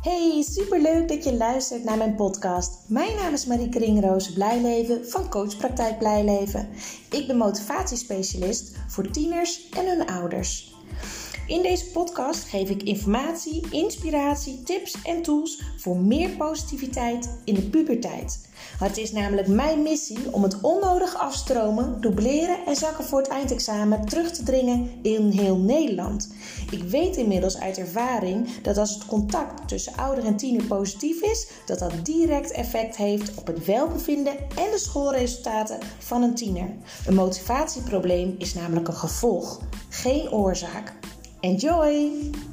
Hey, superleuk dat je luistert naar mijn podcast. Mijn naam is Marieke Ringroos Blijleven van Coachpraktijk Blijleven. Ik ben motivatiespecialist voor tieners en hun ouders. In deze podcast geef ik informatie, inspiratie, tips en tools voor meer positiviteit in de puberteit. Het is namelijk mijn missie om het onnodig afstromen, dubleren en zakken voor het eindexamen terug te dringen in heel Nederland. Ik weet inmiddels uit ervaring dat als het contact tussen ouder en tiener positief is, dat dat direct effect heeft op het welbevinden en de schoolresultaten van een tiener. Een motivatieprobleem is namelijk een gevolg, geen oorzaak. Enjoy!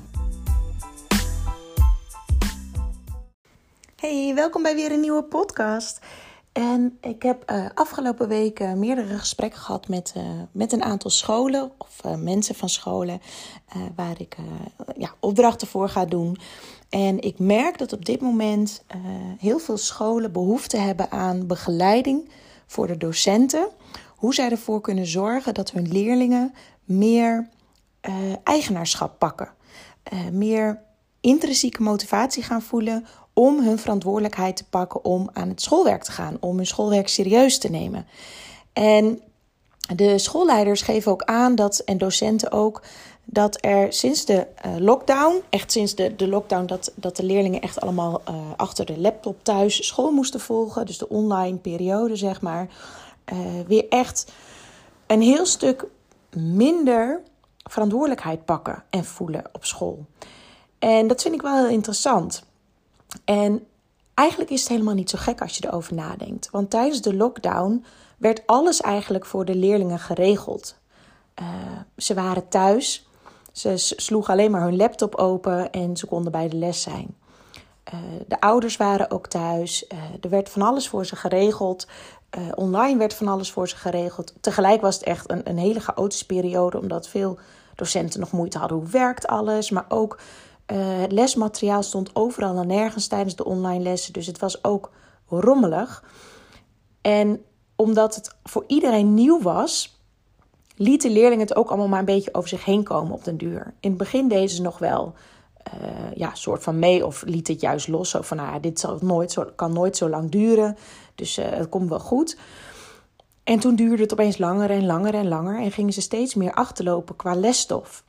Hey, welkom bij weer een nieuwe podcast. En ik heb afgelopen weken meerdere gesprekken gehad met een aantal scholen of mensen van scholen waar ik opdrachten voor ga doen. En ik merk dat op dit moment heel veel scholen behoefte hebben aan begeleiding voor de docenten. Hoe zij ervoor kunnen zorgen dat hun leerlingen meer eigenaarschap pakken. Meer intrinsieke motivatie gaan voelen om hun verantwoordelijkheid te pakken om aan het schoolwerk te gaan. Om hun schoolwerk serieus te nemen. En de schoolleiders geven ook aan, en docenten ook, dat er sinds de lockdown, echt sinds de lockdown, dat de leerlingen echt allemaal achter de laptop thuis school moesten volgen. Dus de online periode, zeg maar. Weer echt een heel stuk minder verantwoordelijkheid pakken en voelen op school. En dat vind ik wel heel interessant. En eigenlijk is het helemaal niet zo gek als je erover nadenkt. Want tijdens de lockdown werd alles eigenlijk voor de leerlingen geregeld. Ze waren thuis. Ze sloegen alleen maar hun laptop open en ze konden bij de les zijn. De ouders waren ook thuis. Er werd van alles voor ze geregeld. Online werd van alles voor ze geregeld. Tegelijk was het echt een hele chaotische periode, omdat veel docenten nog moeite hadden. Hoe werkt alles? Maar ook het lesmateriaal stond overal en nergens tijdens de online lessen. Dus het was ook rommelig. En omdat het voor iedereen nieuw was, lieten leerlingen het ook allemaal maar een beetje over zich heen komen op den duur. In het begin deden ze nog wel soort van mee of liet het juist los. Zo van, dit kan nooit zo lang duren. Dus het komt wel goed. En toen duurde het opeens langer en langer en langer. En gingen ze steeds meer achterlopen qua lesstof.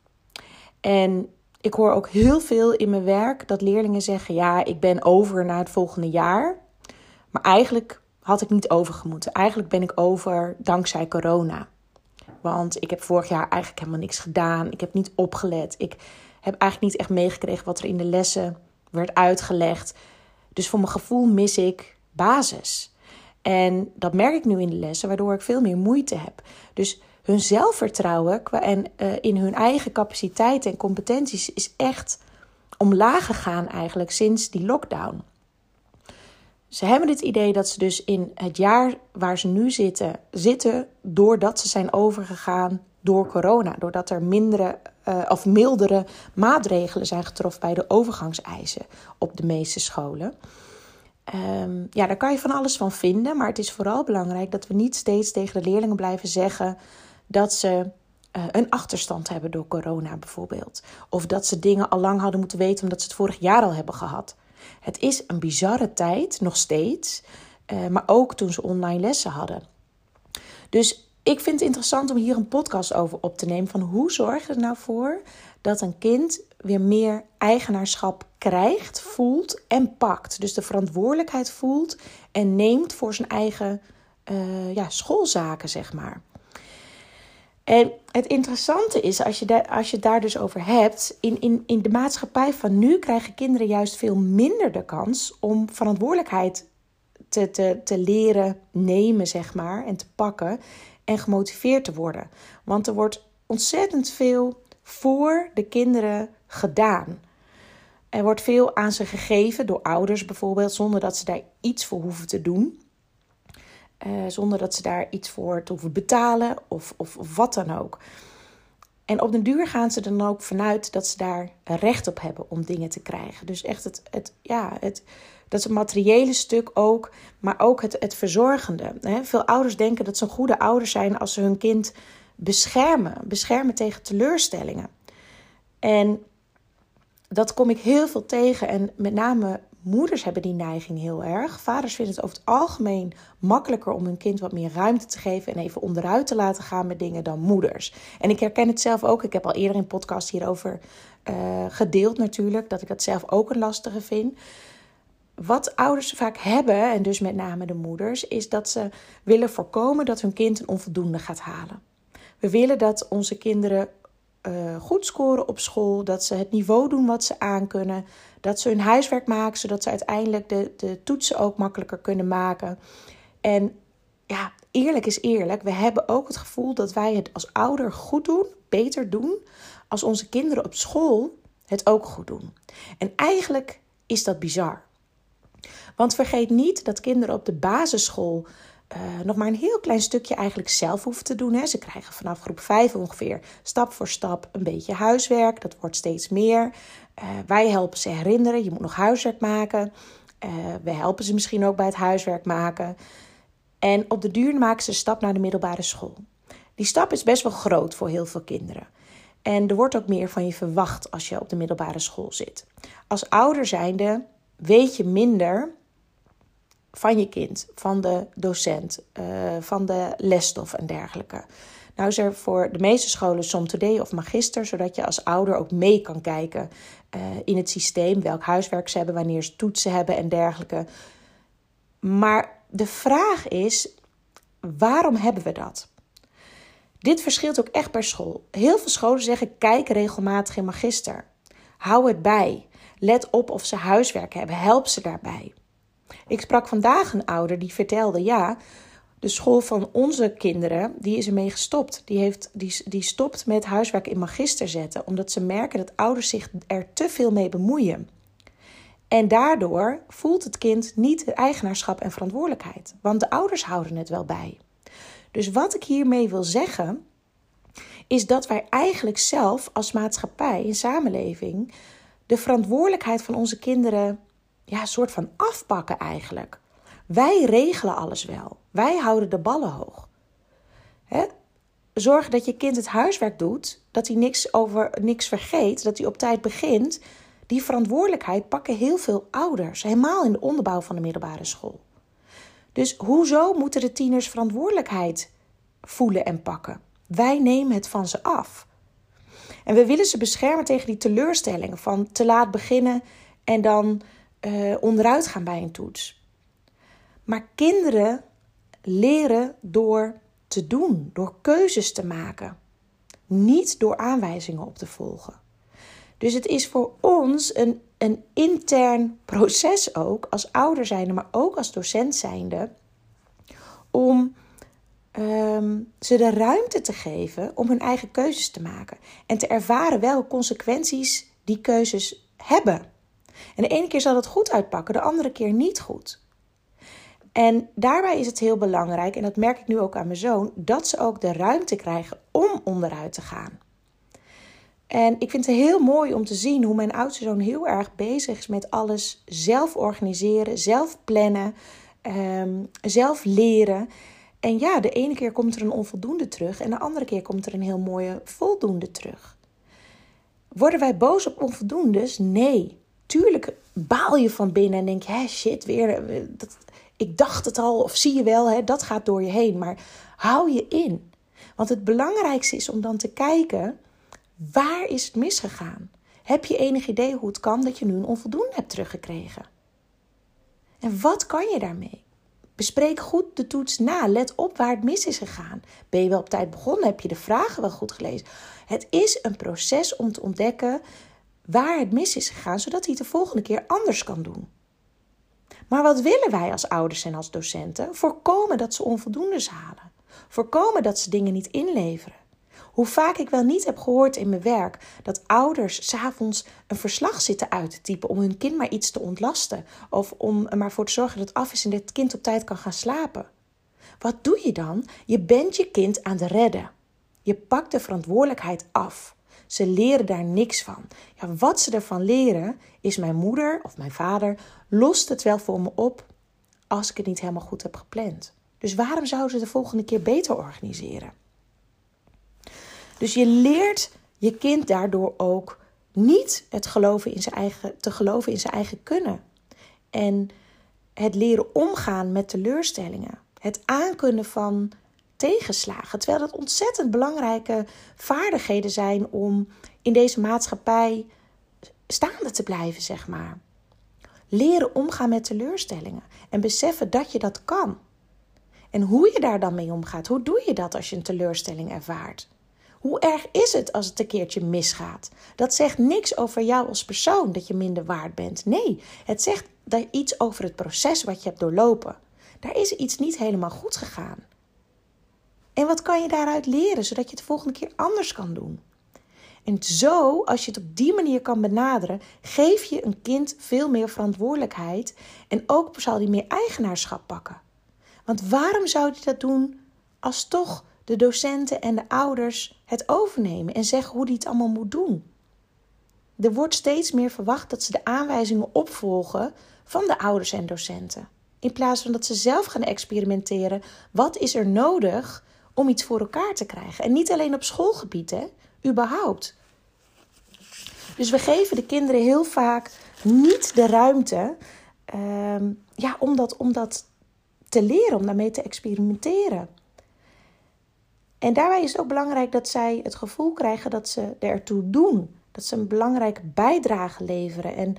En ik hoor ook heel veel in mijn werk dat leerlingen zeggen, ja, ik ben over naar het volgende jaar. Maar eigenlijk had ik niet overgemoeten. Eigenlijk ben ik over dankzij corona. Want ik heb vorig jaar eigenlijk helemaal niks gedaan. Ik heb niet opgelet. Ik heb eigenlijk niet echt meegekregen wat er in de lessen werd uitgelegd. Dus voor mijn gevoel mis ik basis. En dat merk ik nu in de lessen, waardoor ik veel meer moeite heb. Dus hun zelfvertrouwen en in hun eigen capaciteiten en competenties is echt omlaag gegaan eigenlijk sinds die lockdown. Ze hebben het idee dat ze dus in het jaar waar ze nu zitten doordat ze zijn overgegaan door corona. Doordat er mildere maatregelen zijn getroffen bij de overgangseisen op de meeste scholen. Daar kan je van alles van vinden, maar het is vooral belangrijk dat we niet steeds tegen de leerlingen blijven zeggen dat ze een achterstand hebben door corona bijvoorbeeld. Of dat ze dingen al lang hadden moeten weten omdat ze het vorig jaar al hebben gehad. Het is een bizarre tijd, nog steeds, maar ook toen ze online lessen hadden. Dus ik vind het interessant om hier een podcast over op te nemen van hoe zorg je er nou voor dat een kind weer meer eigenaarschap krijgt, voelt en pakt. Dus de verantwoordelijkheid voelt en neemt voor zijn eigen schoolzaken, zeg maar. En het interessante is, als je het daar dus over hebt, in de maatschappij van nu krijgen kinderen juist veel minder de kans om verantwoordelijkheid te leren nemen, zeg maar, en te pakken en gemotiveerd te worden. Want er wordt ontzettend veel voor de kinderen gedaan. Er wordt veel aan ze gegeven door ouders bijvoorbeeld, zonder dat ze daar iets voor hoeven te doen. Zonder dat ze daar iets voor te hoeven betalen of wat dan ook. En op den duur gaan ze dan ook vanuit dat ze daar recht op hebben om dingen te krijgen. Dus echt dat is het materiële stuk ook, maar ook het verzorgende. Veel ouders denken dat ze een goede ouder zijn als ze hun kind beschermen tegen teleurstellingen. En dat kom ik heel veel tegen. En met name moeders hebben die neiging heel erg. Vaders vinden het over het algemeen makkelijker om hun kind wat meer ruimte te geven en even onderuit te laten gaan met dingen dan moeders. En ik herken het zelf ook. Ik heb al eerder in podcast hierover gedeeld natuurlijk, dat ik dat zelf ook een lastige vind. Wat ouders vaak hebben, en dus met name de moeders, is dat ze willen voorkomen dat hun kind een onvoldoende gaat halen. We willen dat onze kinderen goed scoren op school, dat ze het niveau doen wat ze aankunnen, dat ze hun huiswerk maken, zodat ze uiteindelijk de toetsen ook makkelijker kunnen maken. En ja, eerlijk is eerlijk, we hebben ook het gevoel dat wij het als ouder goed doen, beter doen, als onze kinderen op school het ook goed doen. En eigenlijk is dat bizar. Want vergeet niet dat kinderen op de basisschool nog maar een heel klein stukje eigenlijk zelf hoeven te doen. Hè. Ze krijgen vanaf groep 5 ongeveer stap voor stap een beetje huiswerk. Dat wordt steeds meer. Wij helpen ze herinneren. Je moet nog huiswerk maken. We helpen ze misschien ook bij het huiswerk maken. En op de duur maken ze een stap naar de middelbare school. Die stap is best wel groot voor heel veel kinderen. En er wordt ook meer van je verwacht als je op de middelbare school zit. Als ouder zijnde weet je minder van je kind, van de docent, van de lesstof en dergelijke. Nou is er voor de meeste scholen SomToday of Magister, zodat je als ouder ook mee kan kijken in het systeem, welk huiswerk ze hebben, wanneer ze toetsen hebben en dergelijke. Maar de vraag is, waarom hebben we dat? Dit verschilt ook echt per school. Heel veel scholen zeggen, kijk regelmatig in Magister. Hou het bij. Let op of ze huiswerk hebben. Help ze daarbij. Ik sprak vandaag een ouder die vertelde, ja, de school van onze kinderen, die is ermee gestopt. Die stopt met huiswerk in Magister zetten, omdat ze merken dat ouders zich er te veel mee bemoeien. En daardoor voelt het kind niet het eigenaarschap en verantwoordelijkheid, want de ouders houden het wel bij. Dus wat ik hiermee wil zeggen, is dat wij eigenlijk zelf als maatschappij, in samenleving, de verantwoordelijkheid van onze kinderen een soort van afpakken eigenlijk. Wij regelen alles wel. Wij houden de ballen hoog. Zorg dat je kind het huiswerk doet, dat hij niks vergeet, dat hij op tijd begint. Die verantwoordelijkheid pakken heel veel ouders, helemaal in de onderbouw van de middelbare school. Dus hoezo moeten de tieners verantwoordelijkheid voelen en pakken? Wij nemen het van ze af. En we willen ze beschermen tegen die teleurstellingen van te laat beginnen en dan onderuit gaan bij een toets. Maar kinderen leren door te doen, door keuzes te maken. Niet door aanwijzingen op te volgen. Dus het is voor ons een intern proces ook, als ouder zijnde, maar ook als docent zijnde, om ze de ruimte te geven om hun eigen keuzes te maken. En te ervaren welke consequenties die keuzes hebben. En de ene keer zal het goed uitpakken, de andere keer niet goed. En daarbij is het heel belangrijk, en dat merk ik nu ook aan mijn zoon, dat ze ook de ruimte krijgen om onderuit te gaan. En ik vind het heel mooi om te zien hoe mijn oudste zoon heel erg bezig is met alles zelf organiseren, zelf plannen, zelf leren. En ja, de ene keer komt er een onvoldoende terug en de andere keer komt er een heel mooie voldoende terug. Worden wij boos op onvoldoendes? Nee. Tuurlijk baal je van binnen en denk je, shit, weer, ik dacht het al, of zie je wel, dat gaat door je heen. Maar hou je in. Want het belangrijkste is om dan te kijken, waar is het misgegaan? Heb je enig idee hoe het kan dat je nu een onvoldoende hebt teruggekregen? En wat kan je daarmee? Bespreek goed de toets na. Let op waar het mis is gegaan. Ben je wel op tijd begonnen? Heb je de vragen wel goed gelezen? Het is een proces om te ontdekken waar het mis is gegaan, zodat hij het de volgende keer anders kan doen. Maar wat willen wij als ouders en als docenten? Voorkomen dat ze onvoldoendes halen. Voorkomen dat ze dingen niet inleveren. Hoe vaak ik wel niet heb gehoord in mijn werk dat ouders 's avonds een verslag zitten uit te typen om hun kind maar iets te ontlasten. Of om er maar voor te zorgen dat het af is en dat het kind op tijd kan gaan slapen. Wat doe je dan? Je bent je kind aan het redden. Je pakt de verantwoordelijkheid af. Ze leren daar niks van. Ja, wat ze ervan leren is mijn moeder of mijn vader lost het wel voor me op als ik het niet helemaal goed heb gepland. Dus waarom zouden ze de volgende keer beter organiseren? Dus je leert je kind daardoor ook niet te geloven in zijn eigen kunnen. En het leren omgaan met teleurstellingen. Het aankunnen van tegenslagen. Terwijl dat ontzettend belangrijke vaardigheden zijn om in deze maatschappij staande te blijven, zeg maar. Leren omgaan met teleurstellingen. En beseffen dat je dat kan. En hoe je daar dan mee omgaat. Hoe doe je dat als je een teleurstelling ervaart? Hoe erg is het als het een keertje misgaat? Dat zegt niks over jou als persoon, dat je minder waard bent. Nee, het zegt iets over het proces wat je hebt doorlopen. Daar is iets niet helemaal goed gegaan. En wat kan je daaruit leren, zodat je het de volgende keer anders kan doen? En zo, als je het op die manier kan benaderen, geef je een kind veel meer verantwoordelijkheid. En ook zal hij meer eigenaarschap pakken. Want waarom zou hij dat doen als toch de docenten en de ouders het overnemen en zeggen hoe hij het allemaal moet doen? Er wordt steeds meer verwacht dat ze de aanwijzingen opvolgen van de ouders en docenten. In plaats van dat ze zelf gaan experimenteren. Wat is er nodig om iets voor elkaar te krijgen? En niet alleen op schoolgebied, hè? Überhaupt. Dus we geven de kinderen heel vaak niet de ruimte om dat te leren, om daarmee te experimenteren. En daarbij is het ook belangrijk dat zij het gevoel krijgen dat ze ertoe doen. Dat ze een belangrijke bijdrage leveren. En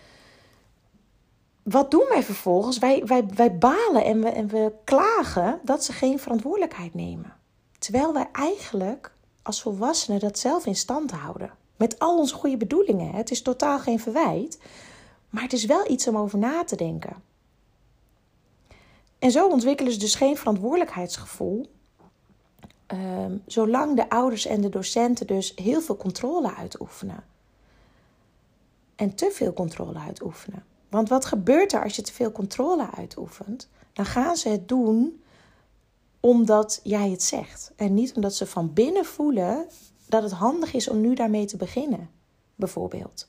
wat doen wij vervolgens? Wij balen en we klagen dat ze geen verantwoordelijkheid nemen. Terwijl wij eigenlijk als volwassenen dat zelf in stand houden. Met al onze goede bedoelingen. Het is totaal geen verwijt. Maar het is wel iets om over na te denken. En zo ontwikkelen ze dus geen verantwoordelijkheidsgevoel. Zolang de ouders en de docenten dus heel veel controle uitoefenen. En te veel controle uitoefenen. Want wat gebeurt er als je te veel controle uitoefent? Dan gaan ze het doen omdat jij het zegt. En niet omdat ze van binnen voelen dat het handig is om nu daarmee te beginnen. Bijvoorbeeld.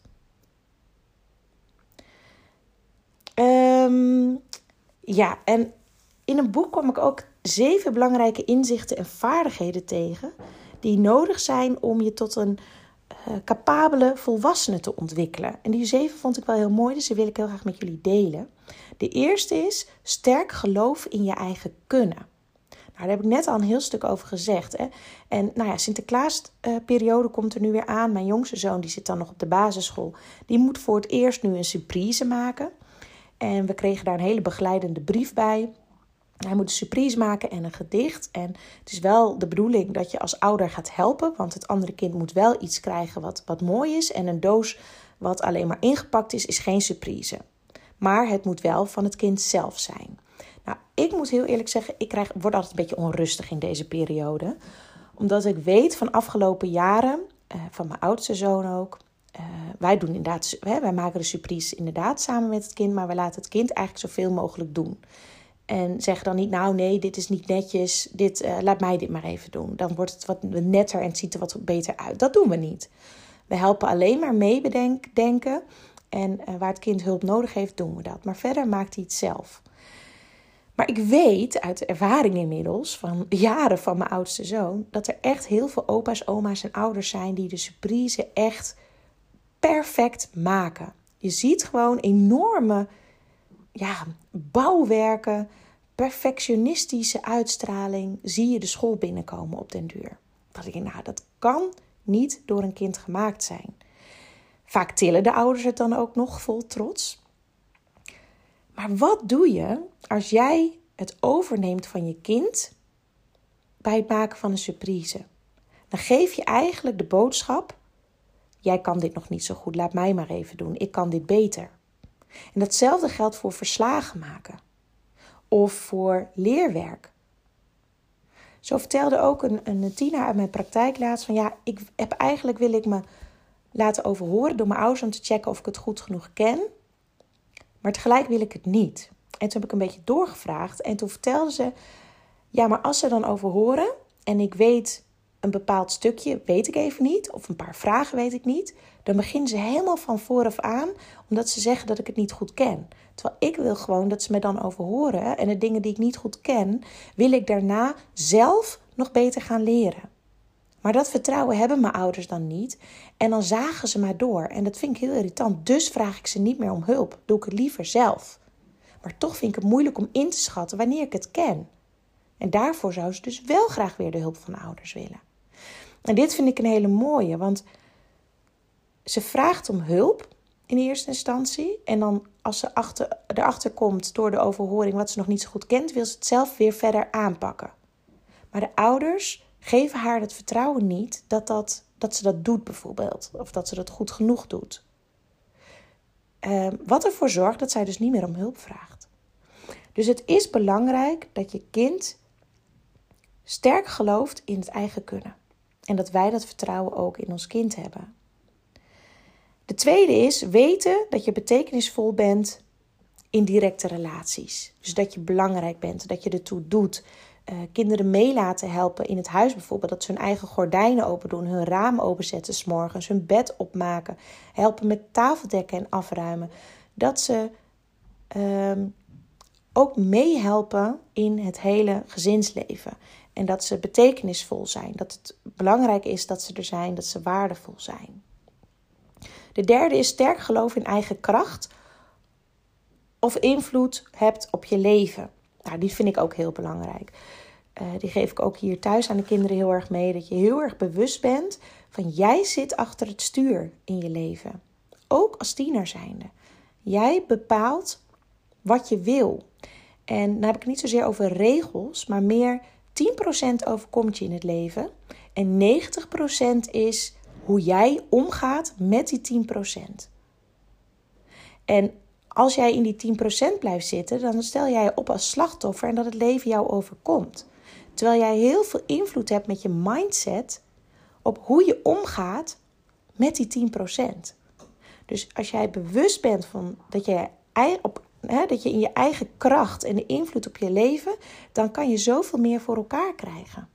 En in een boek kwam ik ook 7 belangrijke inzichten en vaardigheden tegen die nodig zijn om je tot een capabele volwassene te ontwikkelen. En die 7 vond ik wel heel mooi, dus die wil ik heel graag met jullie delen. De eerste is sterk geloof in je eigen kunnen. Nou, daar heb ik net al een heel stuk over gezegd. Hè? En Sinterklaasperiode komt er nu weer aan. Mijn jongste zoon die zit dan nog op de basisschool. Die moet voor het eerst nu een surprise maken. En we kregen daar een hele begeleidende brief bij. Hij moet een surprise maken en een gedicht. En het is wel de bedoeling dat je als ouder gaat helpen. Want het andere kind moet wel iets krijgen wat mooi is. En een doos wat alleen maar ingepakt is geen surprise. Maar het moet wel van het kind zelf zijn. Nou, ik moet heel eerlijk zeggen, word altijd een beetje onrustig in deze periode. Omdat ik weet van afgelopen jaren, van mijn oudste zoon ook. Wij maken de surprise inderdaad samen met het kind. Maar we laten het kind eigenlijk zoveel mogelijk doen. En zeggen dan niet, nou nee, dit is niet netjes. Laat mij dit maar even doen. Dan wordt het wat netter en het ziet er wat beter uit. Dat doen we niet. We helpen alleen maar mee bedenken. En waar het kind hulp nodig heeft, doen we dat. Maar verder maakt hij het zelf. Maar ik weet uit ervaring inmiddels, van jaren van mijn oudste zoon, dat er echt heel veel opa's, oma's en ouders zijn die de surprise echt perfect maken. Je ziet gewoon enorme bouwwerken, perfectionistische uitstraling, zie je de school binnenkomen op den duur. Dat ik denk, dat kan niet door een kind gemaakt zijn. Vaak tillen de ouders het dan ook nog vol trots. Maar wat doe je als jij het overneemt van je kind bij het maken van een surprise? Dan geef je eigenlijk de boodschap, jij kan dit nog niet zo goed, laat mij maar even doen, ik kan dit beter. En datzelfde geldt voor verslagen maken of voor leerwerk. Zo vertelde ook een tiener uit mijn praktijk laatst van wil ik me laten overhoren door mijn ouders om te checken of ik het goed genoeg ken. Maar tegelijk wil ik het niet. En toen heb ik een beetje doorgevraagd. En toen vertelde ze, maar als ze dan overhoren en ik weet een bepaald stukje, weet ik even niet. Of een paar vragen weet ik niet. Dan beginnen ze helemaal van vooraf aan, omdat ze zeggen dat ik het niet goed ken. Terwijl ik wil gewoon dat ze me dan overhoren. En de dingen die ik niet goed ken, wil ik daarna zelf nog beter gaan leren. Maar dat vertrouwen hebben mijn ouders dan niet. En dan zagen ze maar door. En dat vind ik heel irritant. Dus vraag ik ze niet meer om hulp. Doe ik het liever zelf. Maar toch vind ik het moeilijk om in te schatten wanneer ik het ken. En daarvoor zou ze dus wel graag weer de hulp van ouders willen. En dit vind ik een hele mooie. Want ze vraagt om hulp in eerste instantie. En dan als ze erachter komt door de overhoring wat ze nog niet zo goed kent, wil ze het zelf weer verder aanpakken. Maar de ouders geven haar het vertrouwen niet dat ze dat doet bijvoorbeeld. Of dat ze dat goed genoeg doet. Wat ervoor zorgt dat zij dus niet meer om hulp vraagt. Dus het is belangrijk dat je kind sterk gelooft in het eigen kunnen. En dat wij dat vertrouwen ook in ons kind hebben. De tweede is weten dat je betekenisvol bent in directe relaties. Dus dat je belangrijk bent, dat je ertoe doet. Kinderen mee laten helpen in het huis bijvoorbeeld. Dat ze hun eigen gordijnen open doen, hun raam openzetten 's morgens, hun bed opmaken. Helpen met tafeldekken en afruimen. Dat ze ook meehelpen in het hele gezinsleven. En dat ze betekenisvol zijn. Dat het belangrijk is dat ze er zijn, dat ze waardevol zijn. De derde is sterk geloof in eigen kracht of invloed hebt op je leven. Nou, die vind ik ook heel belangrijk. Die geef ik ook hier thuis aan de kinderen heel erg mee. Dat je heel erg bewust bent van jij zit achter het stuur in je leven. Ook als tiener zijnde. Jij bepaalt wat je wil. En dan heb ik het niet zozeer over regels, maar meer 10% overkomt je in het leven. En 90% is hoe jij omgaat met die 10%. En als jij in die 10% blijft zitten, dan stel jij je op als slachtoffer en dat het leven jou overkomt. Terwijl jij heel veel invloed hebt met je mindset op hoe je omgaat met die 10%. Dus als jij bewust bent van dat je in je eigen kracht en de invloed op je leven, dan kan je zoveel meer voor elkaar krijgen.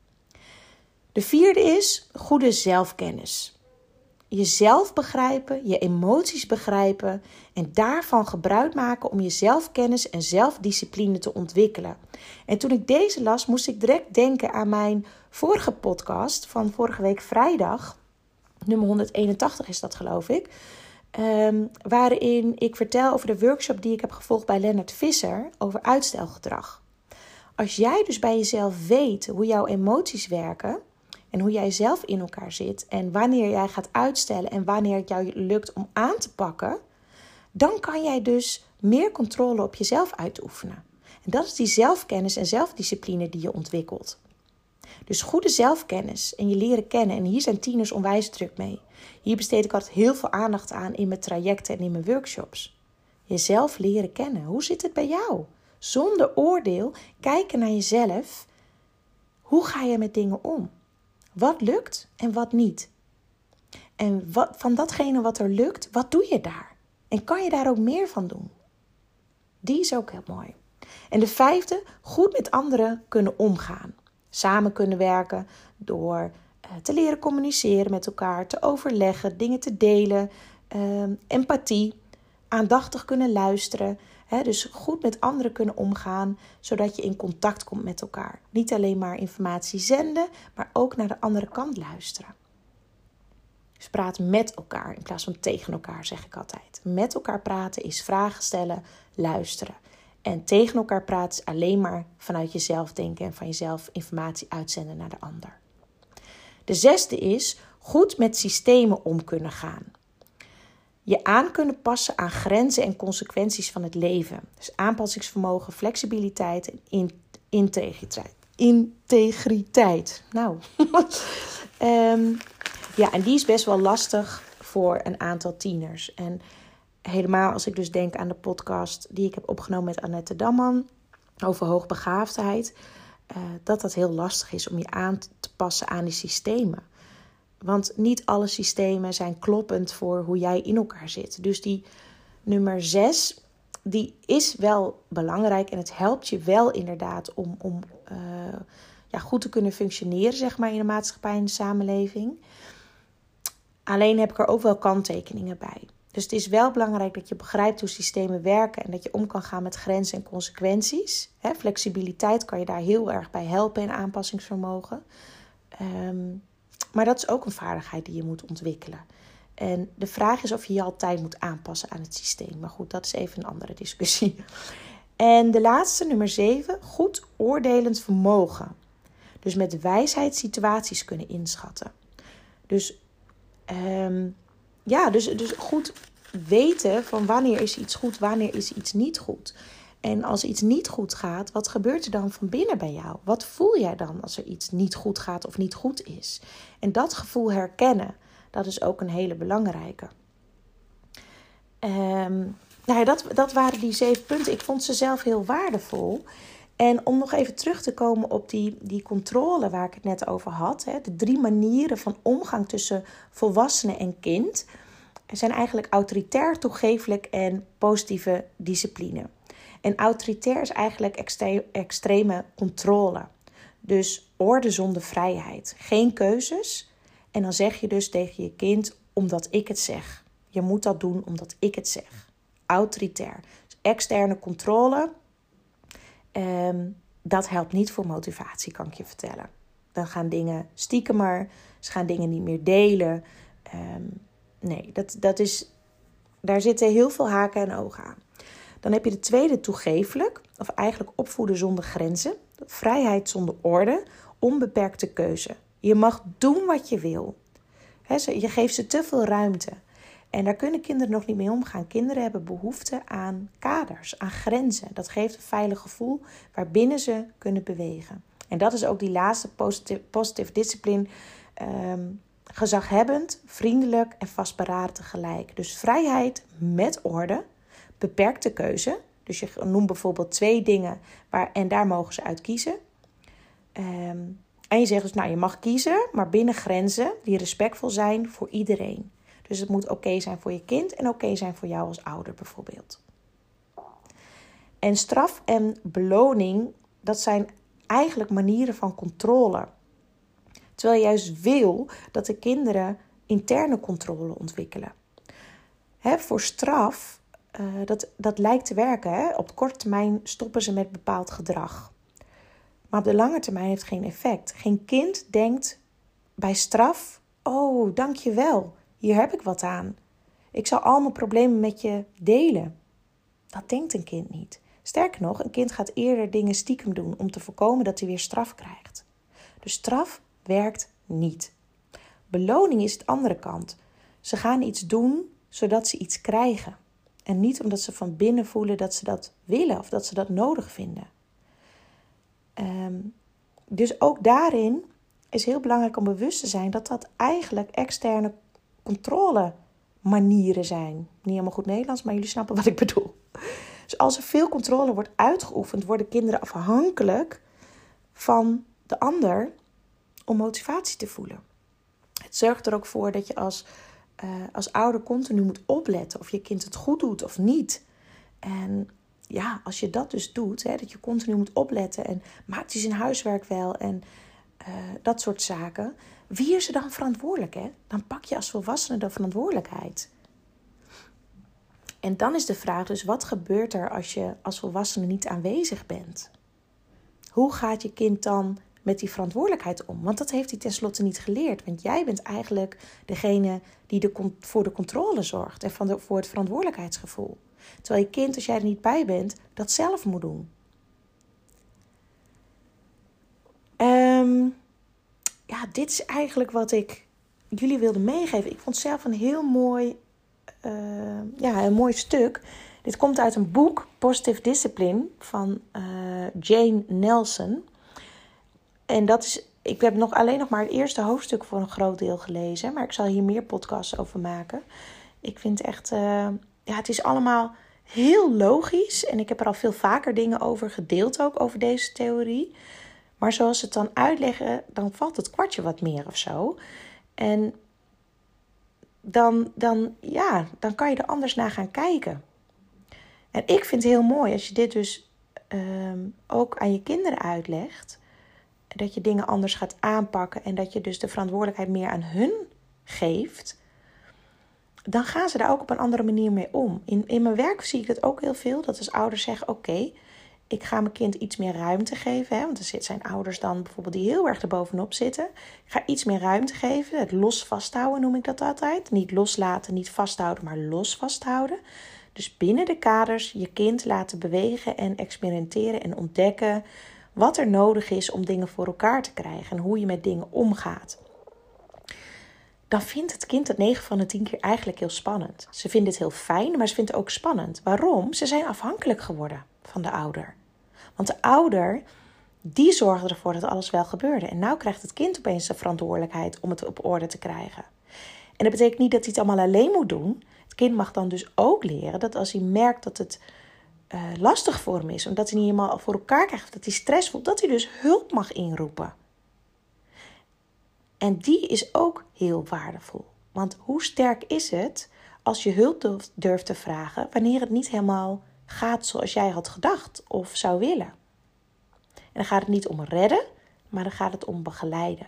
De vierde is goede zelfkennis. Jezelf begrijpen, je emoties begrijpen en daarvan gebruik maken om je zelfkennis en zelfdiscipline te ontwikkelen. En toen ik deze las, moest ik direct denken aan mijn vorige podcast van vorige week vrijdag. Nummer 181 is dat, geloof ik. Waarin ik vertel over de workshop die ik heb gevolgd bij Lennart Visser over uitstelgedrag. Als jij dus bij jezelf weet hoe jouw emoties werken en hoe jij zelf in elkaar zit en wanneer jij gaat uitstellen en wanneer het jou lukt om aan te pakken, dan kan jij dus meer controle op jezelf uitoefenen. En dat is die zelfkennis en zelfdiscipline die je ontwikkelt. Dus goede zelfkennis en je leren kennen. En hier zijn tieners onwijs druk mee. Hier besteed ik altijd heel veel aandacht aan in mijn trajecten en in mijn workshops. Jezelf leren kennen. Hoe zit het bij jou? Zonder oordeel kijken naar jezelf. Hoe ga je met dingen om? Wat lukt en wat niet? En van datgene wat er lukt, wat doe je daar? En kan je daar ook meer van doen? Die is ook heel mooi. En de vijfde, goed met anderen kunnen omgaan. Samen kunnen werken door te leren communiceren met elkaar, te overleggen, dingen te delen, empathie, aandachtig kunnen luisteren. Dus goed met anderen kunnen omgaan, zodat je in contact komt met elkaar. Niet alleen maar informatie zenden, maar ook naar de andere kant luisteren. Dus praten met elkaar in plaats van tegen elkaar, zeg ik altijd. Met elkaar praten is vragen stellen, luisteren. En tegen elkaar praten is alleen maar vanuit jezelf denken en van jezelf informatie uitzenden naar de ander. De zesde is goed met systemen om kunnen gaan. Je aan kunnen passen aan grenzen en consequenties van het leven. Dus aanpassingsvermogen, flexibiliteit en integriteit. Nou, en die is best wel lastig voor een aantal tieners. En helemaal als ik dus denk aan de podcast die ik heb opgenomen met Annette Damman over hoogbegaafdheid, dat heel lastig is om je aan te passen aan die systemen. Want niet alle systemen zijn kloppend voor hoe jij in elkaar zit. Dus die nummer 6, die is wel belangrijk en het helpt je wel inderdaad om goed te kunnen functioneren, zeg maar, in de maatschappij en de samenleving. Alleen heb ik er ook wel kanttekeningen bij. Dus het is wel belangrijk dat je begrijpt hoe systemen werken en dat je om kan gaan met grenzen en consequenties. Flexibiliteit kan je daar heel erg bij helpen en aanpassingsvermogen. Maar dat is ook een vaardigheid die je moet ontwikkelen. En de vraag is of je je altijd moet aanpassen aan het systeem. Maar goed, dat is even een andere discussie. En de laatste, nummer 7, goed oordelend vermogen. Dus met wijsheid situaties kunnen inschatten. Dus dus goed weten van wanneer is iets goed, wanneer is iets niet goed. En als iets niet goed gaat, wat gebeurt er dan van binnen bij jou? Wat voel jij dan als er iets niet goed gaat of niet goed is? En dat gevoel herkennen, dat is ook een hele belangrijke. Dat waren die 7 punten. Ik vond ze zelf heel waardevol. En om nog even terug te komen op die controle waar ik het net over had. De 3 manieren van omgang tussen volwassene en kind. Er zijn eigenlijk autoritair, toegeeflijk en positieve discipline. En autoritair is eigenlijk extreme controle. Dus orde zonder vrijheid. Geen keuzes. En dan zeg je dus tegen je kind, omdat ik het zeg. Je moet dat doen omdat ik het zeg. Autoritair. Dus externe controle. Dat helpt niet voor motivatie, kan ik je vertellen. Dan gaan dingen stiekemer. Ze gaan dingen niet meer delen. Daar zitten heel veel haken en ogen aan. Dan heb je de tweede, toegeeflijk. Of eigenlijk opvoeden zonder grenzen. Vrijheid zonder orde. Onbeperkte keuze. Je mag doen wat je wil. Je geeft ze te veel ruimte. En daar kunnen kinderen nog niet mee omgaan. Kinderen hebben behoefte aan kaders, aan grenzen. Dat geeft een veilig gevoel waarbinnen ze kunnen bewegen. En dat is ook die laatste positive discipline. Gezaghebbend, vriendelijk en vastberaden tegelijk. Dus vrijheid met orde, beperkte keuze. Dus je noemt bijvoorbeeld 2 dingen en daar mogen ze uit kiezen. En je zegt dus, je mag kiezen, maar binnen grenzen die respectvol zijn voor iedereen. Dus het moet oké zijn voor je kind en oké zijn voor jou als ouder bijvoorbeeld. En straf en beloning, dat zijn eigenlijk manieren van controle. Terwijl je juist wil dat de kinderen interne controle ontwikkelen. Voor straf, dat lijkt te werken. Op korte termijn stoppen ze met bepaald gedrag. Maar op de lange termijn heeft het geen effect. Geen kind denkt bij straf, oh, dankjewel, hier heb ik wat aan. Ik zal al mijn problemen met je delen. Dat denkt een kind niet. Sterker nog, een kind gaat eerder dingen stiekem doen om te voorkomen dat hij weer straf krijgt. Dus straf werkt niet. Beloning is de andere kant. Ze gaan iets doen zodat ze iets krijgen. En niet omdat ze van binnen voelen dat ze dat willen of dat ze dat nodig vinden. Dus ook daarin is heel belangrijk om bewust te zijn dat dat eigenlijk externe controle manieren zijn. Niet helemaal goed Nederlands, maar jullie snappen wat ik bedoel. Dus als er veel controle wordt uitgeoefend, worden kinderen afhankelijk van de ander om motivatie te voelen. Het zorgt er ook voor dat je als ouder continu moet opletten of je kind het goed doet of niet. En ja, als je dat dus doet, dat je continu moet opletten en maakt hij zijn huiswerk wel en dat soort zaken. Wie is er dan verantwoordelijk? Dan pak je als volwassene de verantwoordelijkheid. En dan is de vraag dus, wat gebeurt er als je als volwassene niet aanwezig bent? Hoe gaat je kind dan met die verantwoordelijkheid om? Want dat heeft hij tenslotte niet geleerd. Want jij bent eigenlijk degene die voor de controle zorgt en voor het verantwoordelijkheidsgevoel. Terwijl je kind, als jij er niet bij bent, dat zelf moet doen. Dit is eigenlijk wat ik jullie wilde meegeven. Ik vond het zelf een heel mooi, een mooi stuk. Dit komt uit een boek, Positive Discipline, van Jane Nelson. En ik heb alleen nog maar het eerste hoofdstuk voor een groot deel gelezen. Maar ik zal hier meer podcasts over maken. Ik vind echt, het is allemaal heel logisch. En ik heb er al veel vaker dingen over gedeeld ook, over deze theorie. Maar zoals ze het dan uitleggen, dan valt het kwartje wat meer of zo. En dan kan je er anders naar gaan kijken. En ik vind het heel mooi als je dit dus ook aan je kinderen uitlegt. Dat je dingen anders gaat aanpakken en dat je dus de verantwoordelijkheid meer aan hun geeft. Dan gaan ze daar ook op een andere manier mee om. In mijn werk zie ik dat ook heel veel. Dat als ouders zeggen, oké, ik ga mijn kind iets meer ruimte geven. Hè? Want er zijn ouders dan bijvoorbeeld die heel erg erbovenop zitten. Ik ga iets meer ruimte geven. Het los vasthouden noem ik dat altijd. Niet loslaten, niet vasthouden, maar los vasthouden. Dus binnen de kaders je kind laten bewegen en experimenteren en ontdekken wat er nodig is om dingen voor elkaar te krijgen. En hoe je met dingen omgaat. Dan vindt het kind het 9 van de 10 keer eigenlijk heel spannend. Ze vinden het heel fijn, maar ze vinden het ook spannend. Waarom? Ze zijn afhankelijk geworden van de ouder. Want de ouder, die zorgde ervoor dat alles wel gebeurde. En nu krijgt het kind opeens de verantwoordelijkheid om het op orde te krijgen. En dat betekent niet dat hij het allemaal alleen moet doen. Het kind mag dan dus ook leren dat als hij merkt dat het lastig voor hem is, omdat hij niet helemaal voor elkaar krijgt, of dat hij stress voelt, dat hij dus hulp mag inroepen. En die is ook heel waardevol. Want hoe sterk is het als je hulp durft te vragen wanneer het niet helemaal gaat zoals jij had gedacht of zou willen. En dan gaat het niet om redden, maar dan gaat het om begeleiden.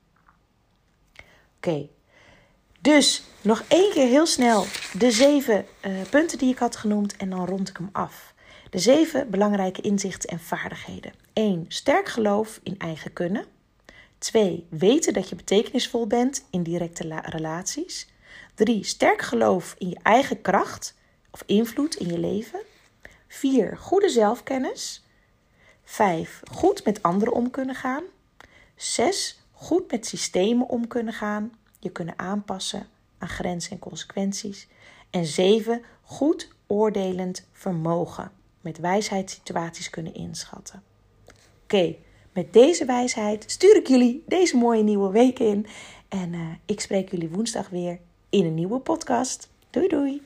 Oké. Dus nog 1 keer heel snel de 7 punten die ik had genoemd en dan rond ik hem af. De 7 belangrijke inzichten en vaardigheden. 1. Sterk geloof in eigen kunnen. 2. Weten dat je betekenisvol bent in directe relaties. 3. Sterk geloof in je eigen kracht of invloed in je leven. 4. Goede zelfkennis. 5. Goed met anderen om kunnen gaan. 6. Goed met systemen om kunnen gaan. Je kunnen aanpassen aan grenzen en consequenties. En 7. Goed oordelend vermogen. Met wijsheid situaties kunnen inschatten. Oké. Met deze wijsheid stuur ik jullie deze mooie nieuwe week in. En ik spreek jullie woensdag weer in een nieuwe podcast. Doei doei!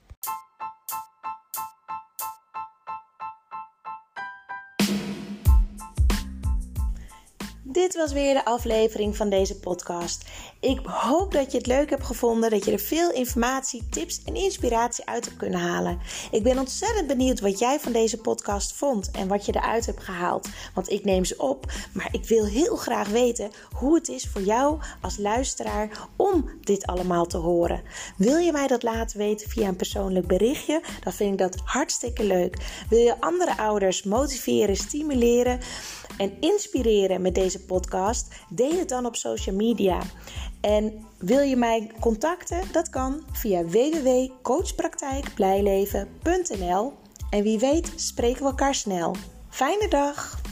Dit was weer de aflevering van deze podcast. Ik hoop dat je het leuk hebt gevonden, dat je er veel informatie, tips en inspiratie uit hebt kunnen halen. Ik ben ontzettend benieuwd wat jij van deze podcast vond en wat je eruit hebt gehaald. Want ik neem ze op, maar ik wil heel graag weten hoe het is voor jou als luisteraar om dit allemaal te horen. Wil je mij dat laten weten via een persoonlijk berichtje? Dan vind ik dat hartstikke leuk. Wil je andere ouders motiveren, stimuleren en inspireren met deze podcast? Deel het dan op social media. En wil je mij contacten? Dat kan via www.coachpraktijkblijleven.nl. En wie weet spreken we elkaar snel. Fijne dag!